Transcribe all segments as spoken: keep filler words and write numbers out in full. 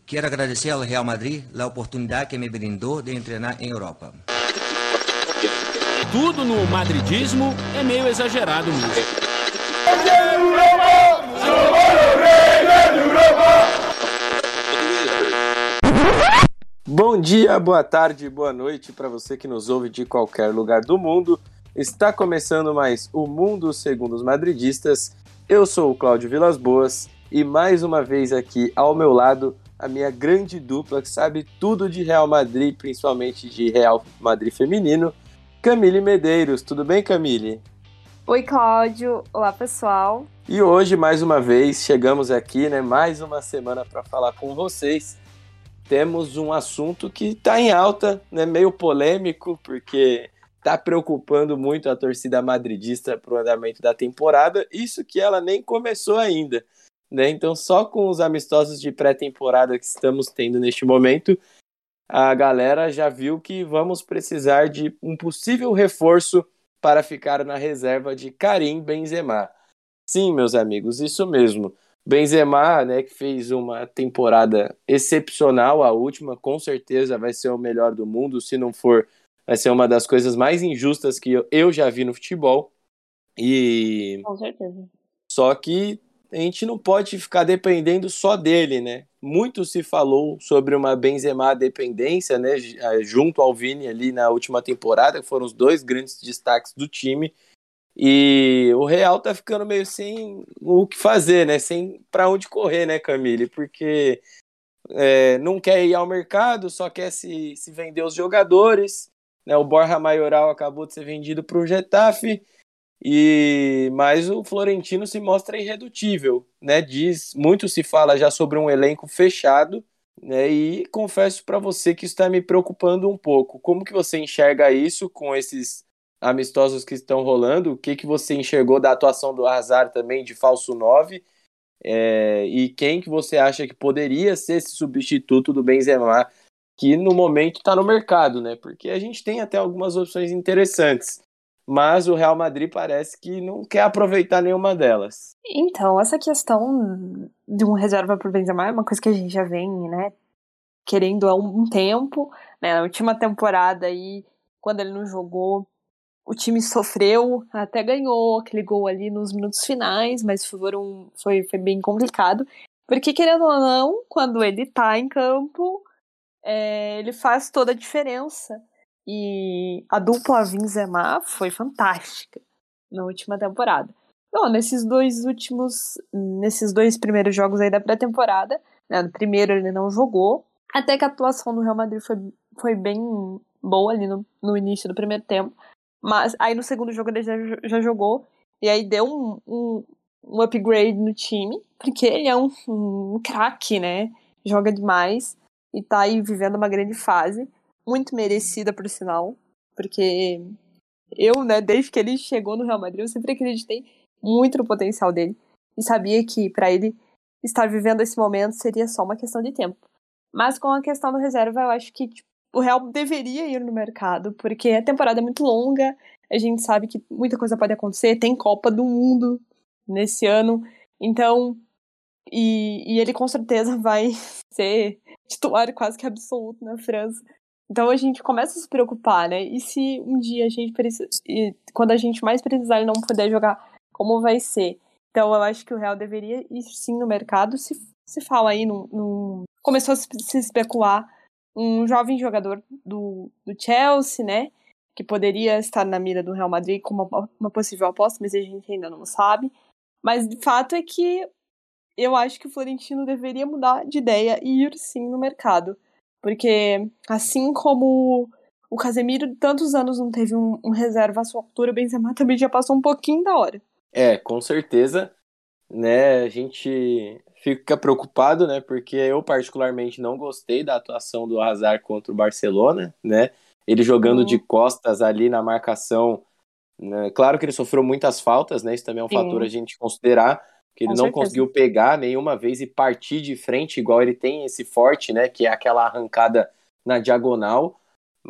Quero agradecer ao Real Madrid a oportunidade que me brindou de treinar em Europa. Tudo no madridismo é meio exagerado mesmo. Bom dia, boa tarde, boa noite para você que nos ouve de qualquer lugar do mundo. Está começando mais o Mundo Segundo os Madridistas. Eu sou o Cláudio Vilas Boas e mais uma vez aqui ao meu lado a minha grande dupla que sabe tudo de Real Madrid, principalmente de Real Madrid feminino, Camille Medeiros. Tudo bem, Camille? Oi, Cláudio. Olá, pessoal. E hoje, mais uma vez, chegamos aqui, né, mais uma semana para falar com vocês. Temos um assunto que está em alta, né, meio polêmico, porque está preocupando muito a torcida madridista para o andamento da temporada, isso que ela nem começou ainda, né? Então, só com os amistosos de pré-temporada que estamos tendo neste momento, a galera já viu que vamos precisar de um possível reforço para ficar na reserva de Karim Benzema. Sim, meus amigos, isso mesmo. Benzema, né, que fez uma temporada excepcional, a última, com certeza vai ser o melhor do mundo, se não for, vai ser uma das coisas mais injustas que eu, eu já vi no futebol. E Com certeza. Só que a gente não pode ficar dependendo só dele, né? Muito se falou sobre uma Benzema dependência, né, junto ao Vini ali na última temporada, que foram os dois grandes destaques do time. E o Real tá ficando meio sem o que fazer, né? Sem para onde correr, né, Camille? Porque é, não quer ir ao mercado, só quer se, se vender os jogadores, né? O Borja Mayoral acabou de ser vendido para o Getafe, e mas o Florentino se mostra irredutível, né? Diz, muito se fala já sobre um elenco fechado, né? E confesso para você que isso está me preocupando um pouco. Como que você enxerga isso com esses amistosos que estão rolando? O que, que você enxergou da atuação do Hazard também de falso nove? É, e quem que você acha que poderia ser esse substituto do Benzema, que no momento está no mercado, né? Porque a gente tem até algumas opções interessantes, mas o Real Madrid parece que não quer aproveitar nenhuma delas. Então, essa questão de um reserva pro Benzema é uma coisa que a gente já vem, né, querendo há um tempo, né? Na última temporada aí, quando ele não jogou, o time sofreu, até ganhou aquele gol ali nos minutos finais, mas foram, foi, foi bem complicado. Porque, querendo ou não, quando ele tá em campo, é, ele faz toda a diferença. E a dupla Benzema foi fantástica na última temporada. Então, nesses dois últimos, nesses dois primeiros jogos aí da pré-temporada, né, no primeiro ele não jogou, até que a atuação do Real Madrid foi, foi bem boa ali no, no início do primeiro tempo. Mas aí no segundo jogo ele já, já jogou, e aí deu um, um, um upgrade no time, porque ele é um, um craque, né? Joga demais e tá aí vivendo uma grande fase, muito merecida por sinal, porque eu, né, desde que ele chegou no Real Madrid, eu sempre acreditei muito no potencial dele e sabia que pra ele estar vivendo esse momento seria só uma questão de tempo. Mas com a questão do reserva, eu acho que tipo, o Real deveria ir no mercado, porque a temporada é muito longa, a gente sabe que muita coisa pode acontecer, tem Copa do Mundo nesse ano, então, e, e ele com certeza vai ser titular quase que absoluto na França. Então a gente começa a se preocupar, né? E se um dia a gente precisa, quando a gente mais precisar ele não puder jogar, como vai ser? Então eu acho que o Real deveria ir sim no mercado, se, se fala aí, num, num... começou a se, se especular um jovem jogador do, do Chelsea, né, que poderia estar na mira do Real Madrid como uma, uma possível aposta, mas a gente ainda não sabe. Mas de fato é que eu acho que o Florentino deveria mudar de ideia e ir sim no mercado. Porque assim como o Casemiro tantos anos não teve um, um reserva à sua altura, o Benzema também já passou um pouquinho da hora. É, com certeza, né? A gente fica preocupado, né? Porque eu particularmente não gostei da atuação do Hazard contra o Barcelona, né? Ele jogando Uhum. de costas ali na marcação, né? Claro que ele sofreu muitas faltas, né? Isso também é um Sim. fator a gente considerar, que ele Com não certeza. conseguiu pegar nenhuma vez e partir de frente, igual ele tem esse forte, né? Que é aquela arrancada na diagonal.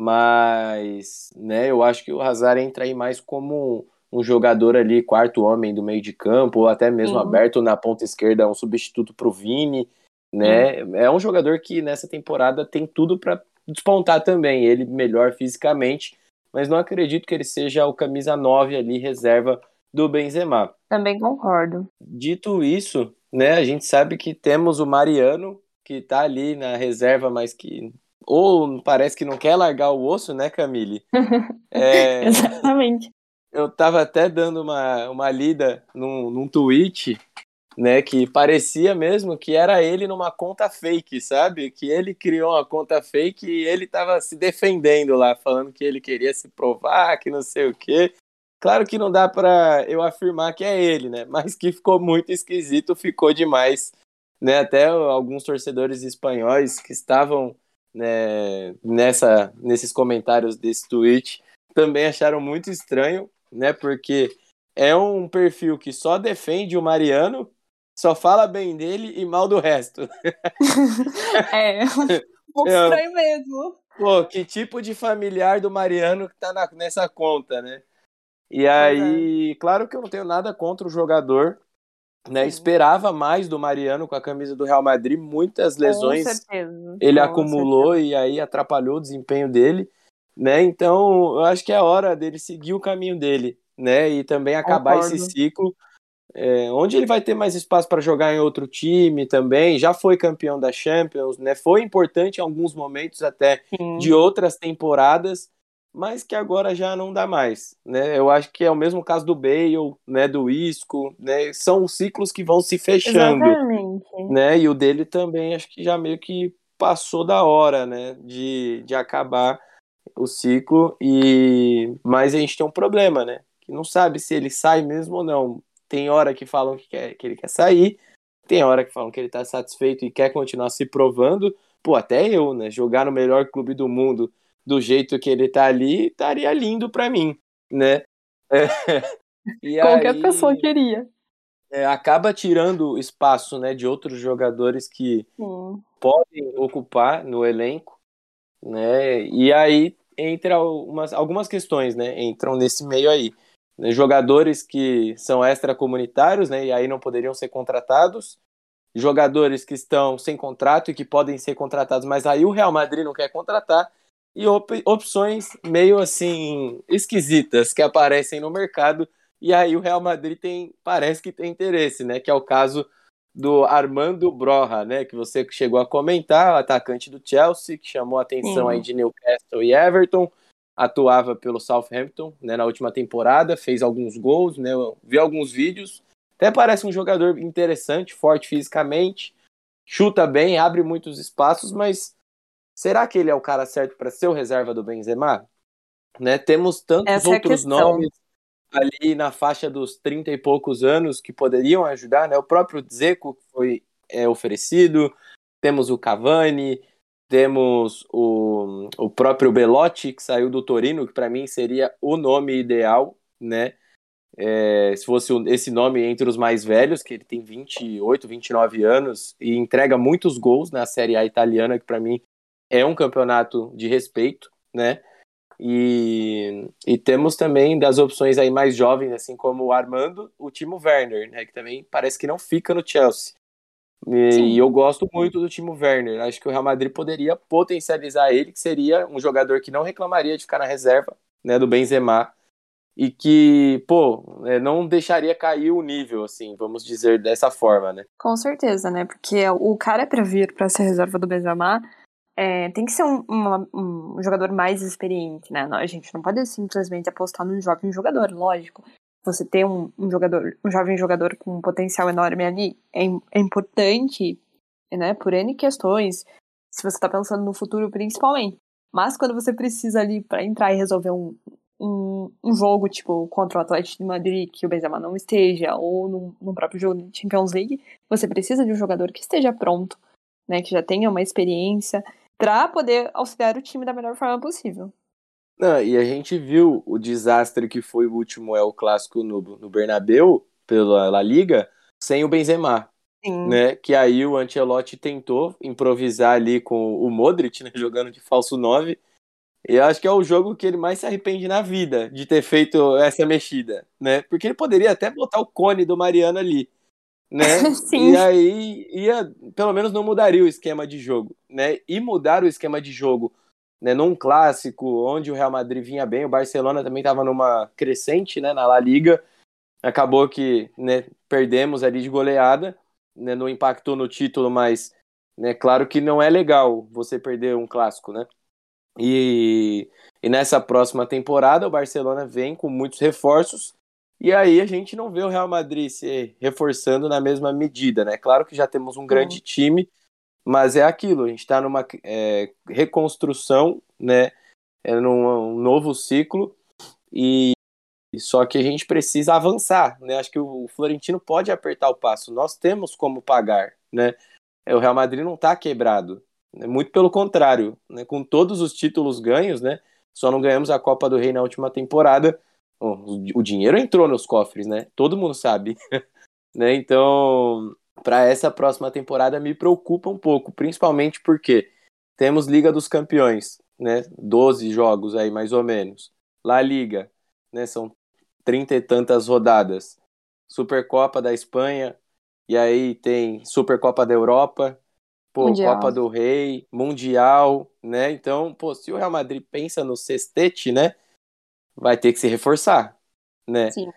Mas, né? Eu acho que o Hazard entra aí mais como um jogador ali, quarto homem do meio de campo, ou até mesmo Sim. aberto na ponta esquerda, um substituto para o Vini. né? É um jogador que nessa temporada tem tudo para despontar também, ele melhor fisicamente, mas não acredito que ele seja o camisa nove ali, reserva do Benzema. Também concordo. Dito isso, né, a gente sabe que temos o Mariano, que tá ali na reserva, mas que ou parece que não quer largar o osso, né, Camille? É, Exatamente. eu tava até dando uma, uma lida num, num tweet, né, que parecia mesmo que era ele numa conta fake, sabe? Que ele criou uma conta fake e ele tava se defendendo lá, falando que ele queria se provar, que não sei o quê. Claro que não dá pra eu afirmar que é ele, né? Mas que ficou muito esquisito, ficou demais, né? Até alguns torcedores espanhóis que estavam, né, nessa, nesses comentários desse tweet também acharam muito estranho, né? Porque é um perfil que só defende o Mariano, só fala bem dele e mal do resto. É, um pouco É, estranho mesmo. pô, que tipo de familiar do Mariano que tá na, nessa conta, né? E Pois aí, claro que eu não tenho nada contra o jogador, né? Sim. Esperava mais do Mariano com a camisa do Real Madrid, muitas Com lesões certeza. ele com acumulou certeza. e aí atrapalhou o desempenho dele, né? Então, eu acho que é hora dele seguir o caminho dele, né? E também acabar esse Concordo. ciclo, é, onde ele vai ter mais espaço para jogar em outro time também. Já foi campeão da Champions, né? Foi importante em alguns momentos até de Sim. outras temporadas, mas que agora já não dá mais, né? Eu acho que é o mesmo caso do Bale, né? Do Isco, né? São ciclos que vão se fechando, Exatamente. né? E o dele também acho que já meio que passou da hora, né? De, de acabar o ciclo. E mas a gente tem um problema, né? Que não sabe se ele sai mesmo ou não. Tem hora que falam que, quer, que ele quer sair, tem hora que falam que ele tá satisfeito e quer continuar se provando. Pô, até eu, né? Jogar no melhor clube do mundo do jeito que ele tá ali, estaria lindo pra mim, né? É. E Qualquer pessoa aí queria. é, acaba tirando espaço, né, de outros jogadores que Sim. podem ocupar no elenco, né? E aí entra umas, algumas questões, né? Entram nesse meio aí. Né, jogadores que são extracomunitários, né? E aí não poderiam ser contratados. Jogadores que estão sem contrato e que podem ser contratados, mas aí o Real Madrid não quer contratar. E op- opções meio assim esquisitas que aparecem no mercado. E aí o Real Madrid tem, parece que tem interesse, né? Que é o caso do Armando Broja, né? Que você chegou a comentar, o atacante do Chelsea, que chamou a atenção aí Sim. de Newcastle e Everton, atuava pelo Southampton, né, na última temporada, fez alguns gols, né? Eu vi alguns vídeos, até parece um jogador interessante, forte fisicamente, chuta bem, abre muitos espaços, mas será que ele é o cara certo para ser o reserva do Benzema? Né? Temos tantos Essa é a outros questão. nomes ali na faixa dos trinta e poucos anos que poderiam ajudar, né? O próprio Dzeko que foi é, oferecido, temos o Cavani, temos o, o próprio Belotti, que saiu do Torino, que para mim seria o nome ideal, né? É, se fosse esse nome entre os mais velhos, que ele tem vinte e oito, vinte e nove anos e entrega muitos gols na Série A italiana, que para mim é um campeonato de respeito, né? E, e temos também das opções aí mais jovens, assim como o Armando, o Timo Werner, né, que também parece que não fica no Chelsea. E, e Sim. eu gosto muito do Timo Werner. Acho que o Real Madrid poderia potencializar ele, que seria um jogador que não reclamaria de ficar na reserva, né, do Benzema, e que, pô, é, não deixaria cair o nível, assim, vamos dizer dessa forma, né? Com certeza, né? Porque o cara é pra vir pra ser reserva do Benzema, é, tem que ser um, uma- um jogador mais experiente, né? Não, a gente não pode simplesmente apostar num jovem jogador, lógico. Você ter um, um jogador, um jovem jogador com um potencial enorme ali é, im- é importante, né? Por N questões, se você tá pensando no futuro principalmente. Mas quando você precisa ali pra entrar e resolver um, um, um jogo, tipo, contra o Atlético de Madrid, que o Benzema não esteja, ou no, no próprio jogo de Champions League, você precisa de um jogador que esteja pronto, né? Que já tenha uma experiência pra poder auxiliar o time da melhor forma possível. Não, e a gente viu o desastre que foi o último é o clássico no, no Bernabéu, pela La Liga, sem o Benzema, Sim. né? Que aí o Ancelotti tentou improvisar ali com o Modric, né? Jogando de falso nove. E eu acho que é o jogo que ele mais se arrepende na vida de ter feito essa mexida, né? Porque ele poderia até botar o cone do Mariano ali, né? Sim. E aí ia, pelo menos não mudaria o esquema de jogo, né? E mudar o esquema de jogo, né, num clássico onde o Real Madrid vinha bem, o Barcelona também estava numa crescente, né, na La Liga. Acabou que, né, perdemos ali de goleada, né, não impactou no título, mas, né, claro que não é legal você perder um clássico, né? E, e nessa próxima temporada o Barcelona vem com muitos reforços e aí a gente não vê o Real Madrid se reforçando na mesma medida, né? Claro que já temos um grande Sim. time, mas é aquilo, a gente está numa é, reconstrução, né? É num um novo ciclo e só que a gente precisa avançar, né? Acho que o Florentino pode apertar o passo. Nós temos como pagar, né? O Real Madrid não está quebrado, né? Muito pelo contrário, né? Com todos os títulos ganhos, né? Só não ganhamos a Copa do Rei na última temporada. Bom, o dinheiro entrou nos cofres, né? Todo mundo sabe, né? Então, para essa próxima temporada me preocupa um pouco, principalmente porque temos Liga dos Campeões, né? doze jogos aí mais ou menos. La Liga, né? São trinta e tantas rodadas. Supercopa da Espanha, e aí tem Supercopa da Europa, pô, Copa Mundial. do Rei, Mundial, né? Então, pô, se o Real Madrid pensa no sextete, né? Vai ter que se reforçar, né? Sim.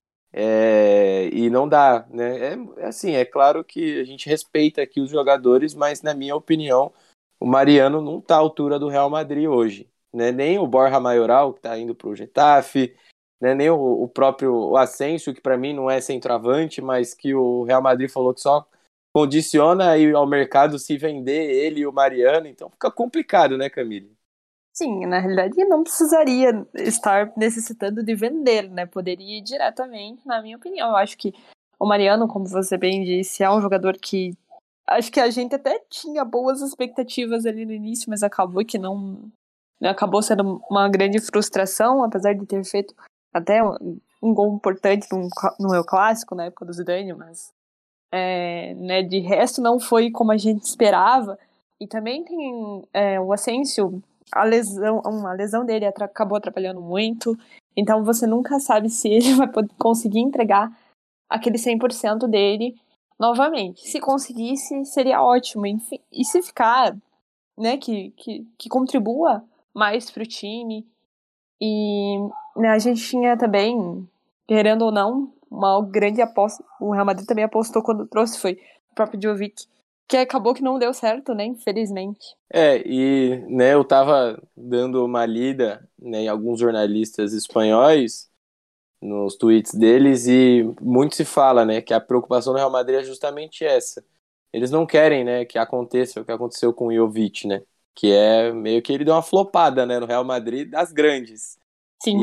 É, e não dá, né? É, é assim, é claro que a gente respeita aqui os jogadores, mas na minha opinião, o Mariano não tá à altura do Real Madrid hoje, né? Nem o Borja Mayoral, que tá indo pro Getafe, né? Nem o, o próprio o Asensio, que para mim não é centroavante, mas que o Real Madrid falou que só condiciona aí ao mercado se vender ele e o Mariano, então fica complicado, né, Camille? Sim, na realidade não precisaria estar necessitando de vender, né? Poderia ir diretamente, na minha opinião. Eu acho que o Mariano, como você bem disse, é um jogador que acho que a gente até tinha boas expectativas ali no início, mas acabou que não, né, acabou sendo uma grande frustração, apesar de ter feito até um, um gol importante no, no meu clássico, na época do Zidane, mas é, né, de resto não foi como a gente esperava. E também tem é, o Asensio, a lesão, a lesão dele atra- acabou atrapalhando muito, então você nunca sabe se ele vai poder conseguir entregar aquele cem por cento dele novamente. Se conseguisse, seria ótimo. Enfim, e se ficar, né, que, que, que contribua mais para o time. E né, a gente tinha também, querendo ou não, uma grande aposta. O Real Madrid também apostou quando trouxe, foi o próprio Jovic, que acabou que não deu certo, né, infelizmente. É, e né, eu tava dando uma lida, né, em alguns jornalistas espanhóis, nos tweets deles, e muito se fala, né, que a preocupação do Real Madrid é justamente essa. Eles não querem, né, que aconteça o que aconteceu com o Jovic, né, que é meio que ele deu uma flopada, né, no Real Madrid das grandes. Sim. E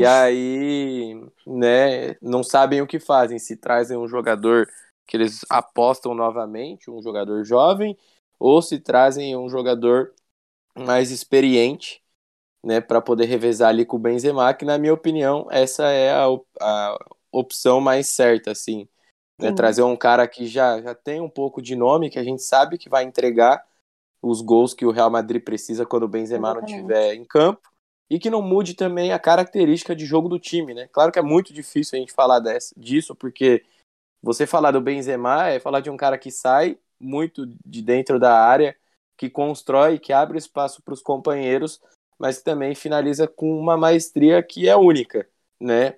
aí, né, não sabem o que fazem, se trazem um jogador que eles apostam novamente, um jogador jovem, ou se trazem um jogador mais experiente, né, para poder revezar ali com o Benzema, que na minha opinião essa é a, a opção mais certa, assim, né, Sim, trazer um cara que já, já tem um pouco de nome, que a gente sabe que vai entregar os gols que o Real Madrid precisa quando o Benzema não estiver exatamente. em campo, e que não mude também a característica de jogo do time, né? Claro que é muito difícil a gente falar dessa, disso, porque você falar do Benzema é falar de um cara que sai muito de dentro da área, que constrói, que abre espaço para os companheiros, mas que também finaliza com uma maestria que é única, né?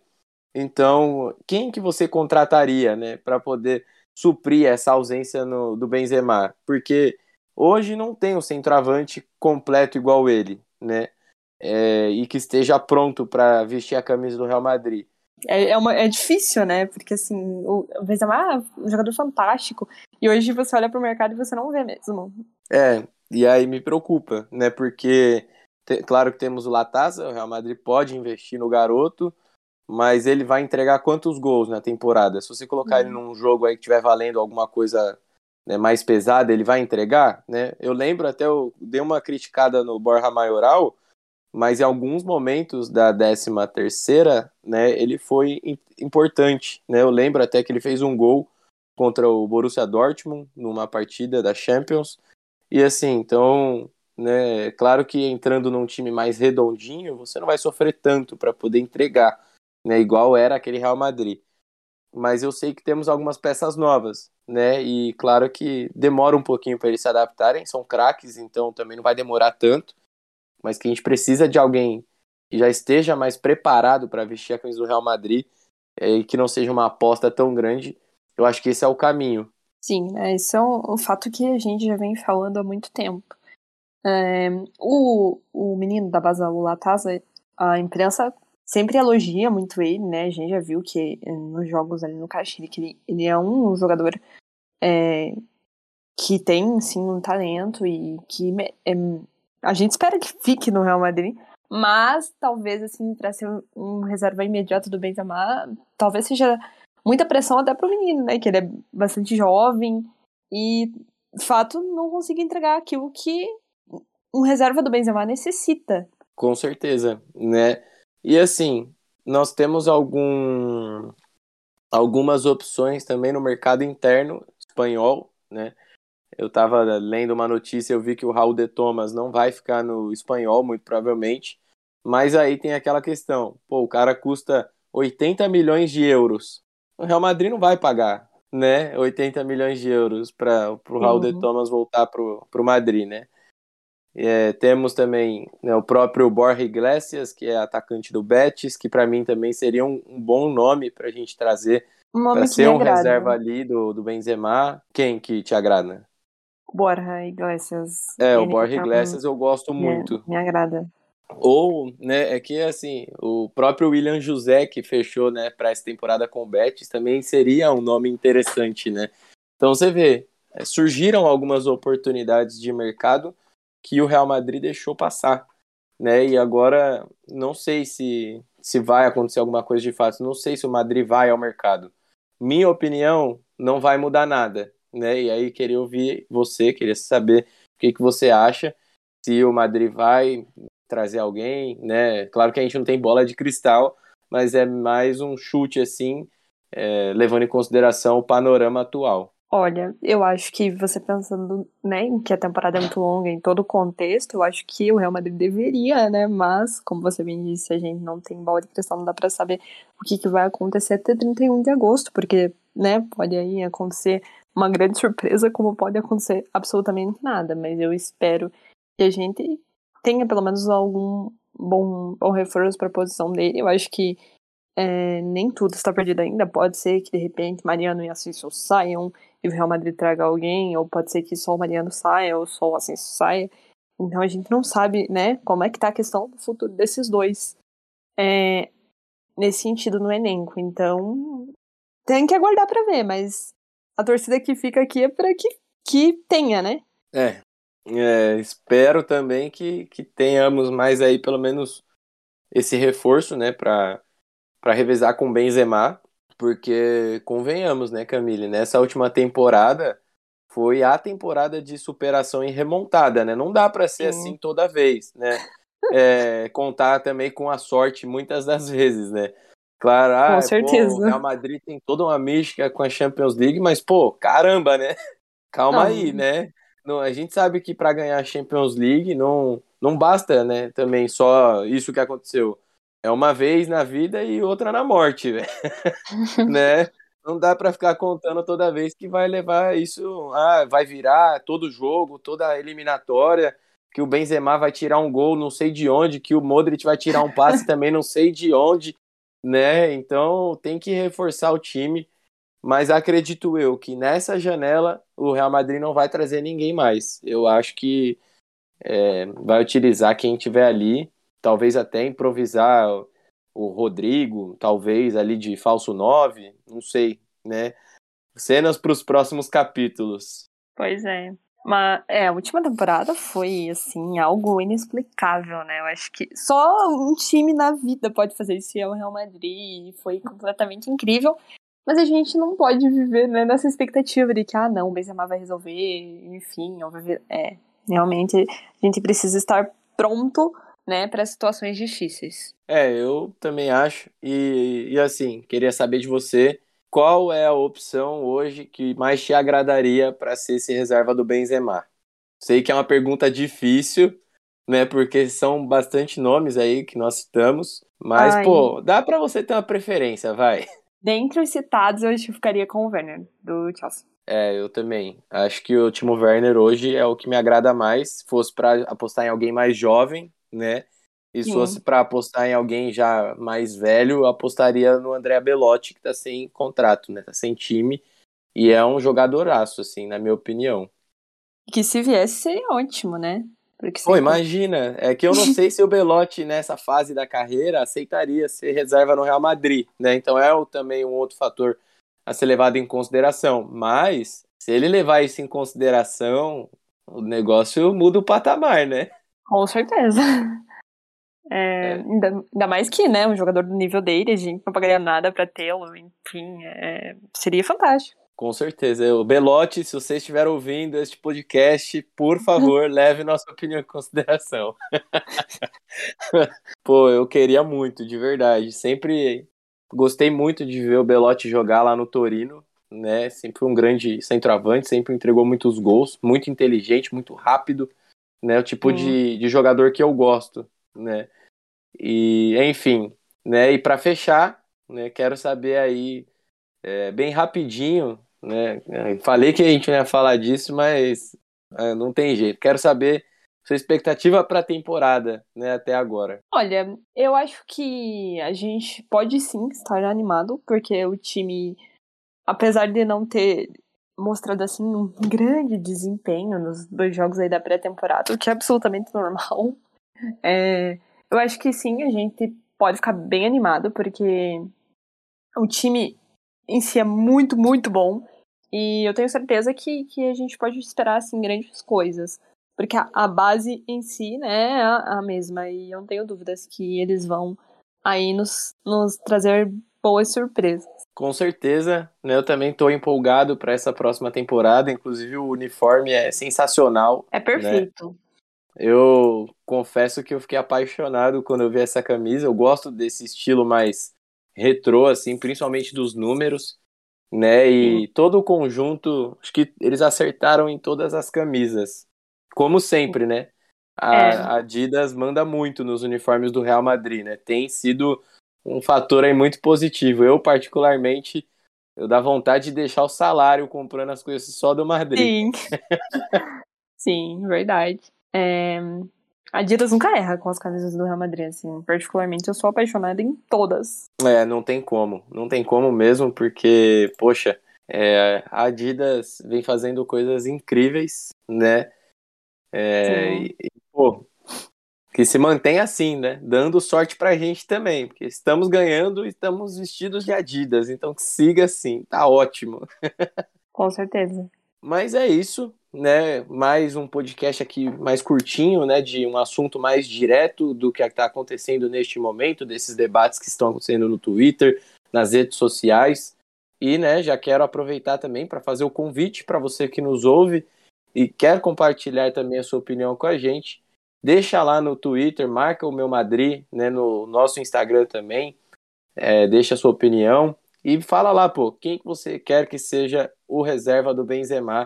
Então, quem que você contrataria, né, para poder suprir essa ausência no, do Benzema? Porque hoje não tem um centroavante completo igual ele, né? É, e que esteja pronto para vestir a camisa do Real Madrid. É, é, uma, é difícil, né? Porque assim, o o Benzema é um jogador fantástico. E hoje você olha pro mercado e você não vê mesmo. É, e aí me preocupa, né? Porque, te, claro que temos o Latasa, o Real Madrid pode investir no garoto, mas ele vai entregar quantos gols na temporada? Se você colocar ele Hum. num jogo aí que tiver valendo alguma coisa, né, mais pesada, ele vai entregar, né? Eu lembro até, eu dei uma criticada no Borja Mayoral, mas em alguns momentos da décima terceira, né, ele foi importante, né? Eu lembro até que ele fez um gol contra o Borussia Dortmund numa partida da Champions, e assim, então, né, claro que entrando num time mais redondinho, você não vai sofrer tanto para poder entregar, né, igual era aquele Real Madrid. mas eu sei que temos algumas peças novas, né? E claro que demora um pouquinho para eles se adaptarem, são craques, então também não vai demorar tanto, mas que a gente precisa de alguém que já esteja mais preparado para vestir a camisa do Real Madrid é, e que não seja uma aposta tão grande. Eu acho que esse é o caminho. Sim, é, isso é um, um fato que a gente já vem falando há muito tempo. É, o, o menino da base, o Latasa, a imprensa sempre elogia muito ele, né? A gente já viu que nos jogos ali no Caxiri, que ele, ele é um jogador é, que tem, sim, um talento e que é, a gente espera que fique no Real Madrid, mas talvez, assim, para ser um, um reserva imediato do Benzema, talvez seja muita pressão até pro menino, né? Que ele é bastante jovem e, de fato, não consiga entregar aquilo que um reserva do Benzema necessita. Com certeza, né? E assim, nós temos algum, algumas opções também no mercado interno espanhol, né? Eu estava lendo uma notícia, eu vi que o Raul de Thomas não vai ficar no espanhol, muito provavelmente, mas aí tem aquela questão, pô, o cara custa oitenta milhões de euros, o Real Madrid não vai pagar, né, oitenta milhões de euros para o Raul de Thomas voltar para o Madrid, né? É, temos também, né, o próprio Borja Iglesias, que é atacante do Betis, que para mim também seria um, um bom nome para a gente trazer Um para nome que ser me um agrada. reserva ali do, do Benzema. Quem que te agrada? Borja Iglesias. É, o Ele Borja é um- Iglesias eu gosto me, muito. me agrada. Ou, né, é que assim, o próprio William José, que fechou, né, para essa temporada com o Betis, também seria um nome interessante, né? Então você vê, é, surgiram algumas oportunidades de mercado que o Real Madrid deixou passar, né? E agora não sei se, se vai acontecer alguma coisa de fato, não sei se o Madrid vai ao mercado. Minha opinião, não vai mudar nada, né? E aí queria ouvir você, queria saber o que, que você acha, se o Madrid vai trazer alguém, né? Claro que a gente não tem bola de cristal, mas é mais um chute assim, é, levando em consideração o panorama atual. Olha, eu acho que você pensando, né, em que a temporada é muito longa, em todo o contexto, eu acho que o Real Madrid deveria, né, mas, como você bem disse, a gente não tem bola de cristal, não dá pra saber o que, que vai acontecer até trinta e um de agosto, porque, né, pode aí acontecer uma grande surpresa, como pode acontecer absolutamente nada, mas eu espero que a gente tenha pelo menos algum bom, bom reforço para a posição dele. Eu acho que é, nem tudo está perdido ainda, pode ser que de repente Mariano e Asensio saiam e o Real Madrid traga alguém, ou pode ser que só o Mariano saia, ou só o Asensio saia. Então a gente não sabe, né, como é que tá a questão do futuro desses dois é, nesse sentido no elenco. Então tem que aguardar para ver, mas a torcida que fica aqui é para que, que tenha, né? É, é, espero também que, que tenhamos mais aí pelo menos esse reforço, né, para para revezar com o Benzema, porque convenhamos, né, Camille, nessa última temporada foi a temporada de superação e remontada, né? Não dá para ser assim toda vez, né? É, contar também com a sorte muitas das vezes, né? Claro, Com ah, pô, o certeza. Real Madrid tem toda uma mística com a Champions League, mas pô, caramba, né? Calma aí, Não, né? Não, a gente sabe que para ganhar a Champions League não, não basta, né? Também só isso que aconteceu. É uma vez na vida e outra na morte, velho. Né? Não dá para ficar contando toda vez que vai levar isso, ah, vai virar todo jogo, toda eliminatória, que o Benzema vai tirar um gol não sei de onde, que o Modric vai tirar um passe também não sei de onde, né? Então tem que reforçar o time, mas acredito eu que nessa janela o Real Madrid não vai trazer ninguém mais. Eu acho que é, vai utilizar quem tiver ali, talvez até improvisar o Rodrigo, talvez ali de falso nove, não sei, né? Cenas para os próximos capítulos. pois é. Mas, é, a última temporada foi, assim, algo inexplicável, né? Eu acho que só um time na vida pode fazer isso, e é o Real Madrid, foi completamente incrível. Mas a gente não pode viver, né, nessa expectativa de que, ah, não, o Benzema vai resolver, enfim, ou vai vir... É, realmente a gente precisa estar pronto, né, para situações difíceis. É, eu também acho. E, e assim, queria saber de você, qual é a opção hoje que mais te agradaria para ser esse reserva do Benzema? Sei que é uma pergunta difícil, né? Porque são bastante nomes aí que nós citamos, mas Ai, pô, dá para você ter uma preferência, vai. dentre os citados, eu acho que eu ficaria com o Werner, do Chelsea. É, eu também. Acho que o Timo Werner hoje é o que me agrada mais. Se fosse para apostar em alguém mais jovem, né? E se Sim. fosse para apostar em alguém já mais velho, eu apostaria no Andrea Belotti, que tá sem contrato, né? Tá sem time. E é um jogadoraço, assim, na minha opinião. Que se viesse seria ótimo, né? Porque Pô, sempre... imagina. É que eu não sei se o Belotti, nessa fase da carreira, aceitaria ser reserva no Real Madrid, né? Então é o- também um outro fator a ser levado em consideração. Mas, se ele levar isso em consideração, o negócio muda o patamar, né? Com certeza. É, É. ainda, ainda mais que, né, um jogador do nível dele, a gente não pagaria nada pra tê-lo, enfim, é, seria fantástico. Com certeza. O Belotti, se você estiver ouvindo este podcast, por favor, leve nossa opinião em consideração. Pô, eu queria muito, de verdade. Sempre gostei muito de ver o Belotti jogar lá no Torino, né? Sempre foi um grande centroavante, sempre entregou muitos gols, muito inteligente, muito rápido, né? O tipo de, de jogador que eu gosto, né? E, enfim, né? E para fechar, né? Quero saber aí, é, bem rapidinho, né? Falei que a gente não ia falar disso, mas é, não tem jeito. Quero saber sua expectativa para a temporada, né? Até agora. Olha, eu acho que a gente pode sim estar animado, porque o time, apesar de não ter mostrado assim um grande desempenho nos dois jogos aí da pré-temporada, o que é absolutamente normal, é, eu acho que sim, a gente pode ficar bem animado, porque o time em si é muito, muito bom, e eu tenho certeza que, que a gente pode esperar assim grandes coisas. Porque a, a base em si, né, é a, a mesma. E eu não tenho dúvidas que eles vão aí nos, nos trazer boas surpresas. Com certeza, né? Eu também estou empolgado para essa próxima temporada. Inclusive, o uniforme é sensacional, É né? perfeito. Eu confesso que eu fiquei apaixonado quando eu vi essa camisa. Eu gosto desse estilo mais retrô, assim, principalmente dos números, né? Sim. E todo o conjunto, acho que eles acertaram em todas as camisas. Como sempre, né? É, A Adidas manda muito nos uniformes do Real Madrid, né? Tem sido um fator aí muito positivo. Eu, particularmente, eu dá vontade de deixar o salário comprando as coisas só do Madrid. sim. Sim, verdade. É, a Adidas nunca erra com as camisas do Real Madrid, assim. Particularmente, eu sou apaixonada em todas. É, não tem como. Não tem como mesmo, porque, poxa, é, a Adidas vem fazendo coisas incríveis, né? É, Sim, e, e, pô, que se mantém assim, né? Dando sorte pra gente também, porque estamos ganhando e estamos vestidos de Adidas, então que siga assim, tá ótimo. com certeza. Mas é isso, né? Mais um podcast aqui mais curtinho, né? De um assunto mais direto do que está acontecendo neste momento, desses debates que estão acontecendo no Twitter, nas redes sociais. E, né, já quero aproveitar também para fazer o convite para você que nos ouve e quer compartilhar também a sua opinião com a gente. Deixa lá no Twitter, marca o Meu Madrid, né? No nosso Instagram também. É, deixa a sua opinião. E fala lá, pô, quem que você quer que seja o reserva do Benzema.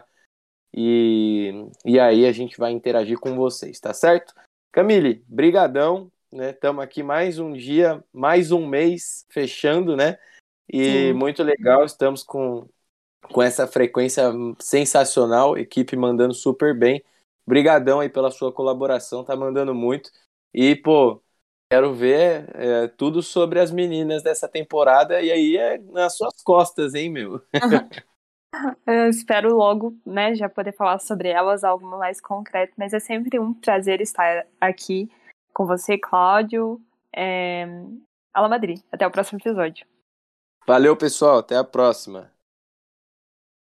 E, e aí a gente vai interagir com vocês, tá certo? Camille, brigadão, né? Estamos aqui mais um dia, mais um mês fechando, né? E Sim, muito legal, estamos com, com essa frequência sensacional, equipe mandando super bem. Brigadão aí pela sua colaboração, tá mandando muito. E, pô, quero ver é, tudo sobre as meninas dessa temporada, e aí é nas suas costas, hein, meu? eu espero logo, né, já poder falar sobre elas, algo mais concreto, mas é sempre um prazer estar aqui com você, Cláudio. É... Ala Madrid. Até o próximo episódio. Valeu, pessoal, até a próxima.